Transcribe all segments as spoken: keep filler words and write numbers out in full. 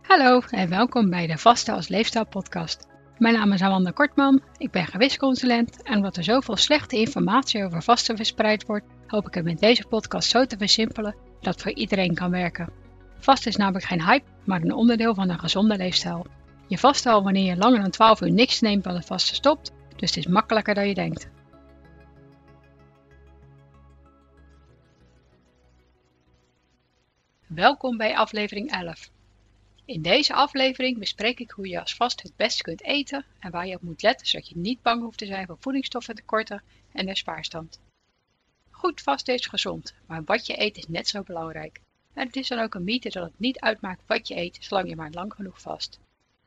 Hallo en welkom bij de Vasten als Leefstijl podcast. Mijn naam is Amanda Kortman, ik ben gewichtsconsulent en omdat er zoveel slechte informatie over vasten verspreid wordt, hoop ik het met deze podcast zo te versimpelen dat het voor iedereen kan werken. Vasten is namelijk geen hype, maar een onderdeel van een gezonde leefstijl. Je vast al wanneer je langer dan twaalf uur niks neemt dan het vasten stopt, dus het is makkelijker dan je denkt. Welkom bij aflevering elf. In deze aflevering bespreek ik hoe je als vast het beste kunt eten en waar je op moet letten zodat je niet bang hoeft te zijn voor voedingsstoffentekorten en de spaarstand. Goed vasten is gezond, maar wat je eet is net zo belangrijk. En het is dan ook een mythe dat het niet uitmaakt wat je eet, zolang je maar lang genoeg vast.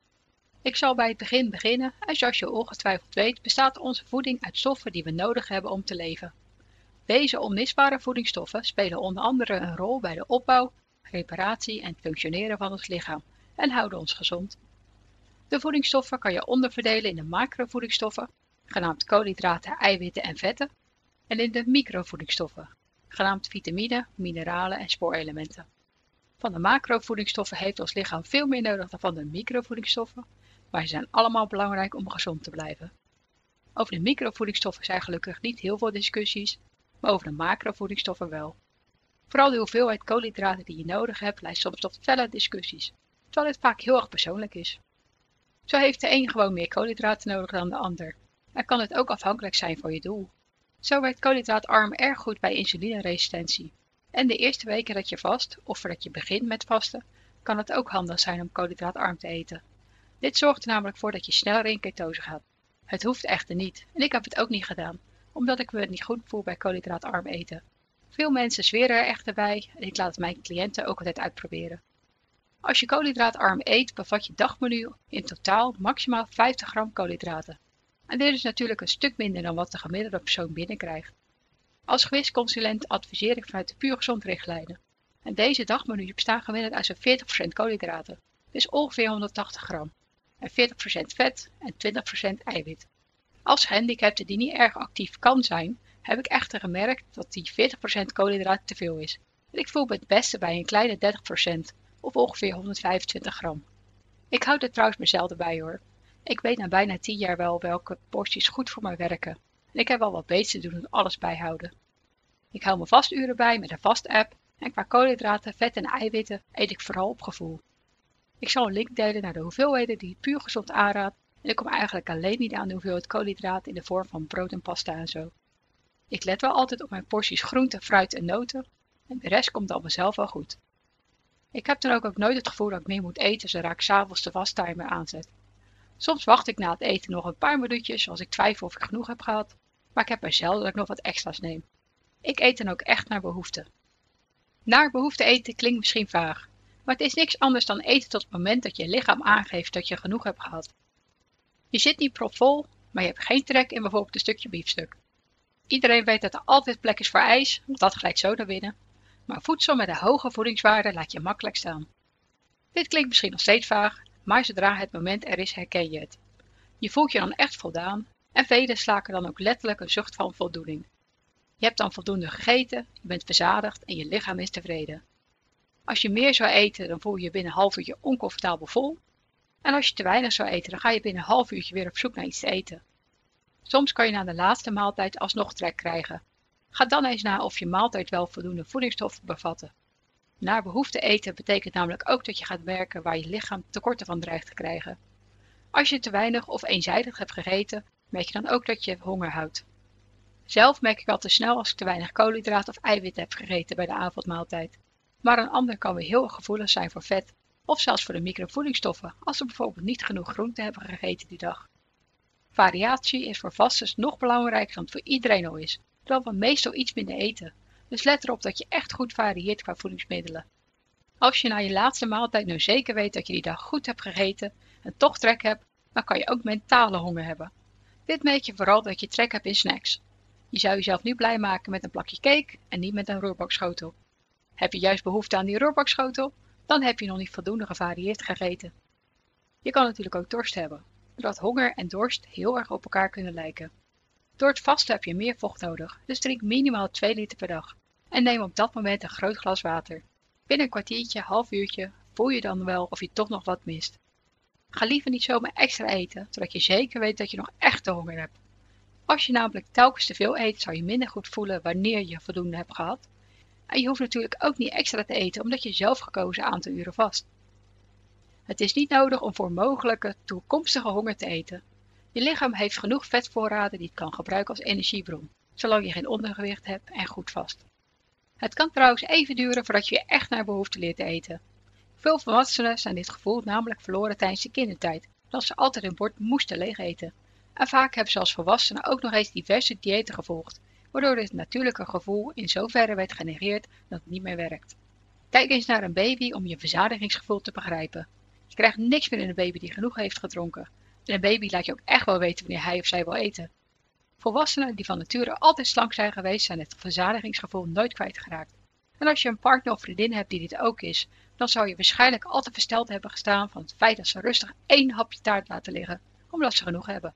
Ik zal bij het begin beginnen en zoals je ongetwijfeld weet bestaat onze voeding uit stoffen die we nodig hebben om te leven. Deze onmisbare voedingsstoffen spelen onder andere een rol bij de opbouw, reparatie en het functioneren van ons lichaam en houden ons gezond. De voedingsstoffen kan je onderverdelen in de macrovoedingsstoffen, genaamd koolhydraten, eiwitten en vetten, en in de microvoedingsstoffen, genaamd vitamine, mineralen en spoorelementen. Van de macrovoedingsstoffen heeft ons lichaam veel meer nodig dan van de microvoedingsstoffen, maar ze zijn allemaal belangrijk om gezond te blijven. Over de microvoedingsstoffen zijn gelukkig niet heel veel discussies, maar over de macrovoedingsstoffen wel. Vooral de hoeveelheid koolhydraten die je nodig hebt leidt soms tot felle discussies, terwijl het vaak heel erg persoonlijk is. Zo heeft de een gewoon meer koolhydraten nodig dan de ander en kan het ook afhankelijk zijn van je doel. Zo werkt koolhydraatarm erg goed bij insulineresistentie. En de eerste weken dat je vast, of voordat je begint met vasten, kan het ook handig zijn om koolhydraatarm te eten. Dit zorgt er namelijk voor dat je sneller in ketose gaat. Het hoeft echter niet en ik heb het ook niet gedaan, omdat ik me niet goed voel bij koolhydraatarm eten. Veel mensen zweren er echter bij en ik laat het mijn cliënten ook altijd uitproberen. Als je koolhydraatarm eet, bevat je dagmenu in totaal maximaal vijftig gram koolhydraten. En dit is natuurlijk een stuk minder dan wat de gemiddelde persoon binnenkrijgt. Als gewichtsconsulent adviseer ik vanuit de Puur Gezond richtlijnen. En deze dagmenu bestaan gemiddeld uit zo'n veertig procent koolhydraten, dus ongeveer honderdtachtig gram. En veertig procent vet en twintig procent eiwit. Als gehandicapte die niet erg actief kan zijn, heb ik echter gemerkt dat die veertig procent koolhydraten te veel is. En ik voel me het beste bij een kleine dertig procent of ongeveer honderdvijfentwintig gram. Ik houd er trouwens mezelf bij hoor. Ik weet na bijna tien jaar wel welke porties goed voor mij werken. En ik heb wel wat beter te doen dan alles bijhouden. Ik hou mijn vasturen bij met een vast app en qua koolhydraten, vet en eiwitten eet ik vooral op gevoel. Ik zal een link delen naar de hoeveelheden die ik Puur Gezond aanraad en ik kom eigenlijk alleen niet aan de hoeveelheid koolhydraten in de vorm van brood en pasta en zo. Ik let wel altijd op mijn porties groente, fruit en noten en de rest komt dan vanzelf wel goed. Ik heb dan ook, ook nooit het gevoel dat ik meer moet eten zodra ik 's avonds de vasttimer aanzet. Soms wacht ik na het eten nog een paar minuutjes als ik twijfel of ik genoeg heb gehad, maar ik heb er zelden dat ik nog wat extra's neem. Ik eet dan ook echt naar behoefte. Naar behoefte eten klinkt misschien vaag, maar het is niks anders dan eten tot het moment dat je lichaam aangeeft dat je genoeg hebt gehad. Je zit niet propvol, maar je hebt geen trek in bijvoorbeeld een stukje biefstuk. Iedereen weet dat er altijd plek is voor ijs, want dat glijdt zo naar binnen. Maar voedsel met een hoge voedingswaarde laat je makkelijk staan. Dit klinkt misschien nog steeds vaag, maar zodra het moment er is herken je het. Je voelt je dan echt voldaan en velen slaken dan ook letterlijk een zucht van voldoening. Je hebt dan voldoende gegeten, je bent verzadigd en je lichaam is tevreden. Als je meer zou eten, dan voel je je binnen een half uurtje oncomfortabel vol. En als je te weinig zou eten, dan ga je binnen een half uurtje weer op zoek naar iets te eten. Soms kan je na de laatste maaltijd alsnog trek krijgen. Ga dan eens na of je maaltijd wel voldoende voedingsstoffen bevatten. Naar behoefte eten betekent namelijk ook dat je gaat merken waar je lichaam tekorten van dreigt te krijgen. Als je te weinig of eenzijdig hebt gegeten, merk je dan ook dat je honger houdt. Zelf merk ik al te snel als ik te weinig koolhydraten of eiwitten heb gegeten bij de avondmaaltijd. Maar een ander kan weer heel erg gevoelig zijn voor vet of zelfs voor de microvoedingsstoffen als ze bijvoorbeeld niet genoeg groente hebben gegeten die dag. Variatie is voor vasters nog belangrijker dan het voor iedereen al is, terwijl we meestal iets minder eten. Dus let erop dat je echt goed varieert qua voedingsmiddelen. Als je na je laatste maaltijd nu zeker weet dat je die dag goed hebt gegeten en toch trek hebt, dan kan je ook mentale honger hebben. Dit merk je vooral dat je trek hebt in snacks. Je zou jezelf nu blij maken met een plakje cake en niet met een roerbakschotel. Heb je juist behoefte aan die roerbakschotel, dan heb je nog niet voldoende gevarieerd gegeten. Je kan natuurlijk ook dorst hebben, doordat honger en dorst heel erg op elkaar kunnen lijken. Door het vasten heb je meer vocht nodig, dus drink minimaal twee liter per dag en neem op dat moment een groot glas water. Binnen een kwartiertje, half uurtje voel je dan wel of je toch nog wat mist. Ga liever niet zomaar extra eten, zodat je zeker weet dat je nog echte honger hebt. Als je namelijk telkens te veel eet, zal je minder goed voelen wanneer je voldoende hebt gehad. En je hoeft natuurlijk ook niet extra te eten, omdat je zelf gekozen aantal uren vast. Het is niet nodig om voor mogelijke toekomstige honger te eten. Je lichaam heeft genoeg vetvoorraden die het kan gebruiken als energiebron, zolang je geen ondergewicht hebt en goed vast. Het kan trouwens even duren voordat je echt naar behoefte leert te eten. Veel volwassenen zijn dit gevoel namelijk verloren tijdens de kindertijd, dat ze altijd hun bord moesten leeg eten. En vaak hebben ze als volwassenen ook nog eens diverse diëten gevolgd, waardoor dit natuurlijke gevoel in zoverre werd genegeerd dat het niet meer werkt. Kijk eens naar een baby om je verzadigingsgevoel te begrijpen. Je krijgt niks meer in een baby die genoeg heeft gedronken. En een baby laat je ook echt wel weten wanneer hij of zij wil eten. Volwassenen die van nature altijd slank zijn geweest, zijn het verzadigingsgevoel nooit kwijtgeraakt. En als je een partner of vriendin hebt die dit ook is, dan zou je waarschijnlijk altijd versteld hebben gestaan van het feit dat ze rustig één hapje taart laten liggen, omdat ze genoeg hebben.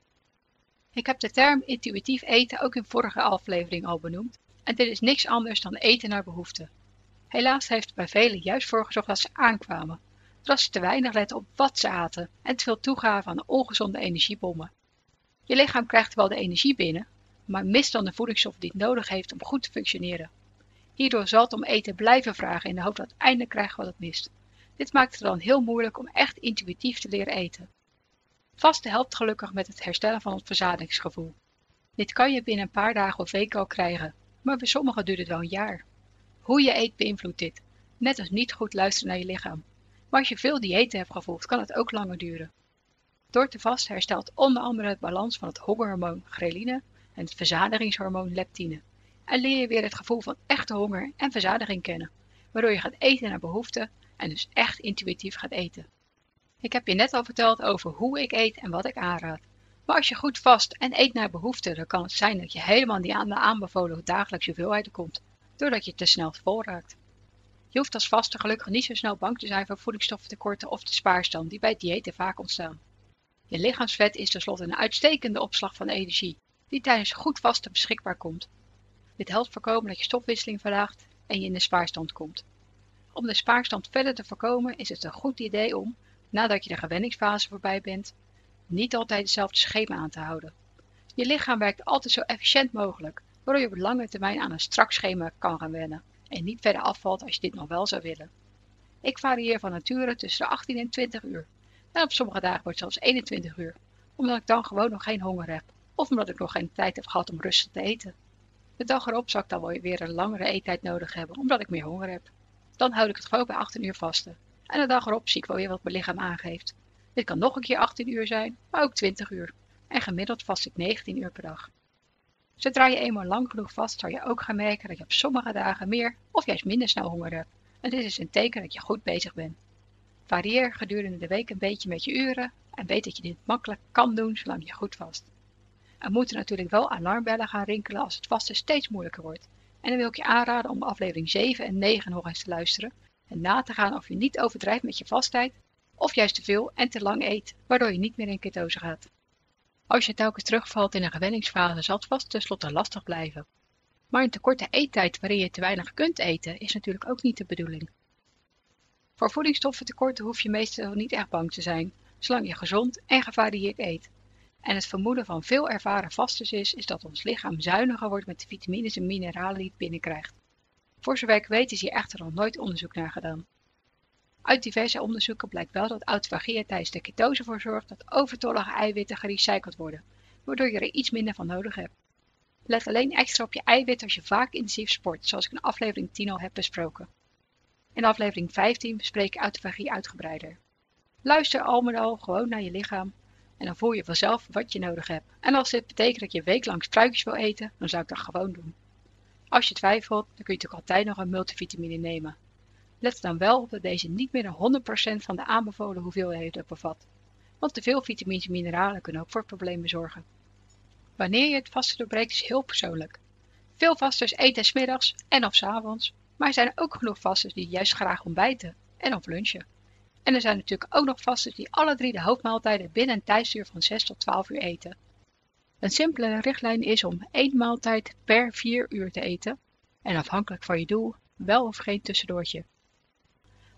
Ik heb de term intuïtief eten ook in vorige aflevering al benoemd, en dit is niks anders dan eten naar behoefte. Helaas heeft het bij velen juist voor gezorgd dat ze aankwamen, doordat ze te weinig letten op wat ze aten en te veel toegaven aan ongezonde energiebommen. Je lichaam krijgt wel de energie binnen, maar mist dan de voedingsstof die het nodig heeft om goed te functioneren. Hierdoor zal het om eten blijven vragen in de hoop dat het eindelijk krijgt wat het mist. Dit maakt het dan heel moeilijk om echt intuïtief te leren eten. Vasten helpt gelukkig met het herstellen van het verzadigingsgevoel. Dit kan je binnen een paar dagen of weken al krijgen, maar bij sommigen duurt het wel een jaar. Hoe je eet beïnvloedt dit, net als niet goed luisteren naar je lichaam. Maar als je veel diëten hebt gevolgd, kan het ook langer duren. Door te vasten herstelt onder andere het balans van het hongerhormoon ghreline en het verzadigingshormoon leptine. En leer je weer het gevoel van echte honger en verzadiging kennen, waardoor je gaat eten naar behoefte en dus echt intuïtief gaat eten. Ik heb je net al verteld over hoe ik eet en wat ik aanraad. Maar als je goed vast en eet naar behoefte, dan kan het zijn dat je helemaal niet aan de aanbevolen dagelijkse hoeveelheid komt, doordat je te snel vol raakt. Je hoeft als vaste gelukkig niet zo snel bang te zijn voor voedingsstoffentekorten of de spaarstand die bij diëten vaak ontstaan. Je lichaamsvet is tenslotte een uitstekende opslag van energie, die tijdens goed vasten beschikbaar komt. Dit helpt voorkomen dat je stofwisseling verlaagt en je in de spaarstand komt. Om de spaarstand verder te voorkomen is het een goed idee om, nadat je de gewenningsfase voorbij bent, niet altijd hetzelfde schema aan te houden. Je lichaam werkt altijd zo efficiënt mogelijk, waardoor je op lange termijn aan een strak schema kan gaan wennen en niet verder afvalt als je dit nog wel zou willen. Ik varieer van nature tussen de achttien en twintig uur. En op sommige dagen wordt het zelfs eenentwintig uur, omdat ik dan gewoon nog geen honger heb, of omdat ik nog geen tijd heb gehad om rustig te eten. De dag erop zal ik dan wel weer een langere eettijd nodig hebben, omdat ik meer honger heb. Dan houd ik het gewoon bij achttien uur vasten. En de dag erop zie ik wel weer wat mijn lichaam aangeeft. Dit kan nog een keer achttien uur zijn, maar ook twintig uur. En gemiddeld vast ik negentien uur per dag. Zodra je eenmaal lang genoeg vast, zal je ook gaan merken dat je op sommige dagen meer of juist minder snel honger hebt. En dit is een teken dat je goed bezig bent. Varieer gedurende de week een beetje met je uren en weet dat je dit makkelijk kan doen zolang je goed vast. Er moeten natuurlijk wel alarmbellen gaan rinkelen als het vasten steeds moeilijker wordt. En dan wil ik je aanraden om aflevering zeven en negen nog eens te luisteren en na te gaan of je niet overdrijft met je vasttijd of juist te veel en te lang eet, waardoor je niet meer in ketose gaat. Als je telkens terugvalt in een gewenningsfase zal het vast tenslotte lastig blijven. Maar een te korte eettijd waarin je te weinig kunt eten is natuurlijk ook niet de bedoeling. Voor voedingsstoffentekorten hoef je meestal niet echt bang te zijn, zolang je gezond en gevarieerd eet. En het vermoeden van veel ervaren vasters is, is dat ons lichaam zuiniger wordt met de vitamines en mineralen die het binnenkrijgt. Voor zover ik weet is hier echter nog nooit onderzoek naar gedaan. Uit diverse onderzoeken blijkt wel dat autofagie er tijdens de ketose voor zorgt dat overtollige eiwitten gerecycled worden, waardoor je er iets minder van nodig hebt. Let alleen extra op je eiwitten als je vaak intensief sport, zoals ik in aflevering tien al heb besproken. In aflevering vijftien bespreek ik autofagie uitgebreider. Luister al met al gewoon naar je lichaam en dan voel je vanzelf wat je nodig hebt. En als dit betekent dat je weeklang spruitjes wil eten, dan zou ik dat gewoon doen. Als je twijfelt, dan kun je natuurlijk altijd nog een multivitamine nemen. Let er dan wel op dat deze niet meer dan honderd procent van de aanbevolen hoeveelheden bevat. Want te veel vitamines en mineralen kunnen ook voor problemen zorgen. Wanneer je het vasten doorbreekt is heel persoonlijk. Veel vasters eten 's middags en of 's avonds, maar er zijn ook genoeg vasters die juist graag ontbijten en of lunchen. En er zijn natuurlijk ook nog vasters die alle drie de hoofdmaaltijden binnen een tijdsduur van zes tot twaalf uur eten. Een simpele richtlijn is om één maaltijd per vier uur te eten en afhankelijk van je doel wel of geen tussendoortje.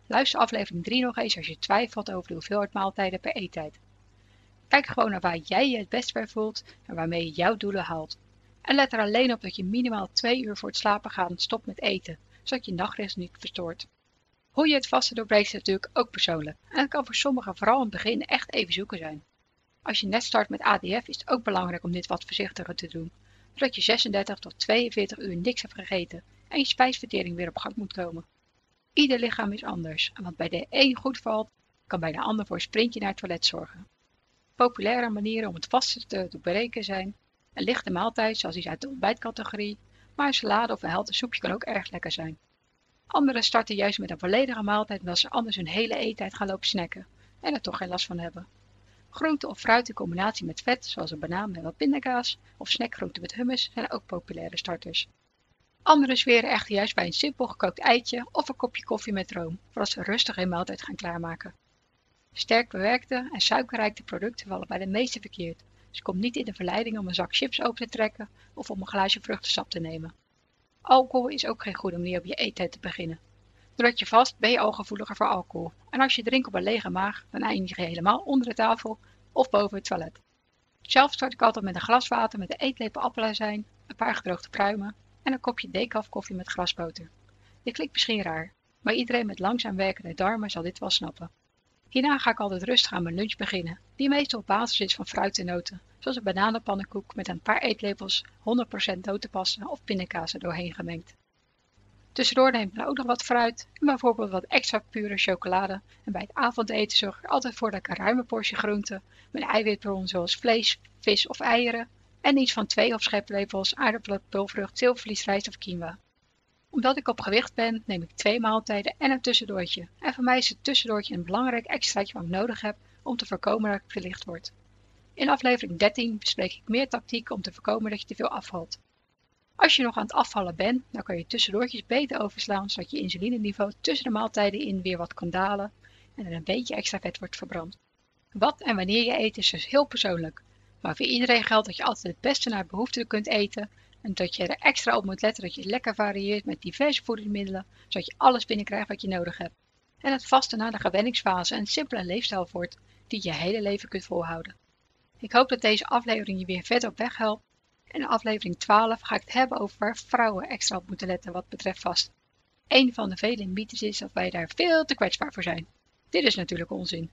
Luister aflevering drie nog eens als je twijfelt over de hoeveelheid maaltijden per eettijd. Kijk gewoon naar waar jij je het best bij voelt en waarmee je jouw doelen haalt. En let er alleen op dat je minimaal twee uur voor het slapen gaan stopt met eten, zodat je nachtrust niet verstoort. Hoe je het vasten doorbreekt is natuurlijk ook persoonlijk en het kan voor sommigen vooral in het begin echt even zoeken zijn. Als je net start met A D F is het ook belangrijk om dit wat voorzichtiger te doen, zodat je zesendertig tot tweeënveertig uur niks hebt gegeten en je spijsvertering weer op gang moet komen. Ieder lichaam is anders en wat bij de een goed valt, kan bij de ander voor een sprintje naar het toilet zorgen. Populaire manieren om het vasten te doorbreken zijn een lichte maaltijd zoals iets uit de ontbijtcategorie, maar een salade of een heldere soepje kan ook erg lekker zijn. Anderen starten juist met een volledige maaltijd omdat ze anders hun hele eettijd gaan lopen snacken en er toch geen last van hebben. Groente of fruit in combinatie met vet, zoals een banaan met wat pindakaas of snackgroenten met hummus, zijn ook populaire starters. Anderen zweren echter juist bij een simpel gekookt eitje of een kopje koffie met room, voordat ze rustig een maaltijd gaan klaarmaken. Sterk bewerkte en suikerrijke producten vallen bij de meesten verkeerd, dus kom niet in de verleiding om een zak chips open te trekken of om een glaasje vruchtensap te nemen. Alcohol is ook geen goede manier om je eettijd te beginnen. Doordat je vast ben je al gevoeliger voor alcohol en als je drinkt op een lege maag, dan eindig je helemaal onder de tafel of boven het toilet. Zelf start ik altijd met een glas water met een eetlepel appelazijn, een paar gedroogde pruimen en een kopje decaf koffie met grasboter. Dit klinkt misschien raar, maar iedereen met langzaam werkende darmen zal dit wel snappen. Hierna ga ik altijd rustig aan mijn lunch beginnen, die meestal op basis is van fruit en noten, zoals een bananenpannenkoek met een paar eetlepels honderd procent notenpasta of pindakaas er doorheen gemengd. Tussendoor neem ik dan ook nog wat fruit en bijvoorbeeld wat extra pure chocolade en bij het avondeten zorg ik er altijd voor dat ik een ruime portie groente met eiwitbron zoals vlees, vis of eieren en iets van twee of scheplepels aardappelen, pulvrucht, zilvervliesrijst of quinoa. Omdat ik op gewicht ben, neem ik twee maaltijden en een tussendoortje. En voor mij is het tussendoortje een belangrijk extraatje wat ik nodig heb om te voorkomen dat ik verlicht word. In aflevering dertien bespreek ik meer tactieken om te voorkomen dat je te veel afvalt. Als je nog aan het afvallen bent, dan kan je tussendoortjes beter overslaan zodat je insulineniveau tussen de maaltijden in weer wat kan dalen en er een beetje extra vet wordt verbrand. Wat en wanneer je eet is dus heel persoonlijk, maar voor iedereen geldt dat je altijd het beste naar behoefte kunt eten en dat je er extra op moet letten dat je lekker varieert met diverse voedingsmiddelen, zodat je alles binnenkrijgt wat je nodig hebt. En het vasten na de gewenningsfase een simpele leefstijl wordt die je je hele leven kunt volhouden. Ik hoop dat deze aflevering je weer verder op weg helpt. En in aflevering twaalf ga ik het hebben over waar vrouwen extra op moeten letten wat betreft vasten. Een van de vele mythes is dat wij daar veel te kwetsbaar voor zijn. Dit is natuurlijk onzin.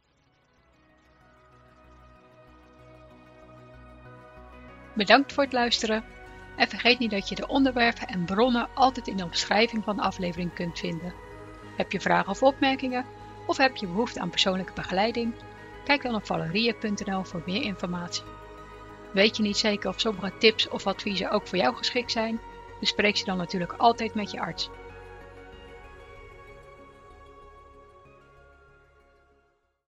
Bedankt voor het luisteren en vergeet niet dat je de onderwerpen en bronnen altijd in de omschrijving van de aflevering kunt vinden. Heb je vragen of opmerkingen of heb je behoefte aan persoonlijke begeleiding? Kijk dan op valerie punt n l voor meer informatie. Weet je niet zeker of sommige tips of adviezen ook voor jou geschikt zijn? Bespreek ze dan natuurlijk altijd met je arts.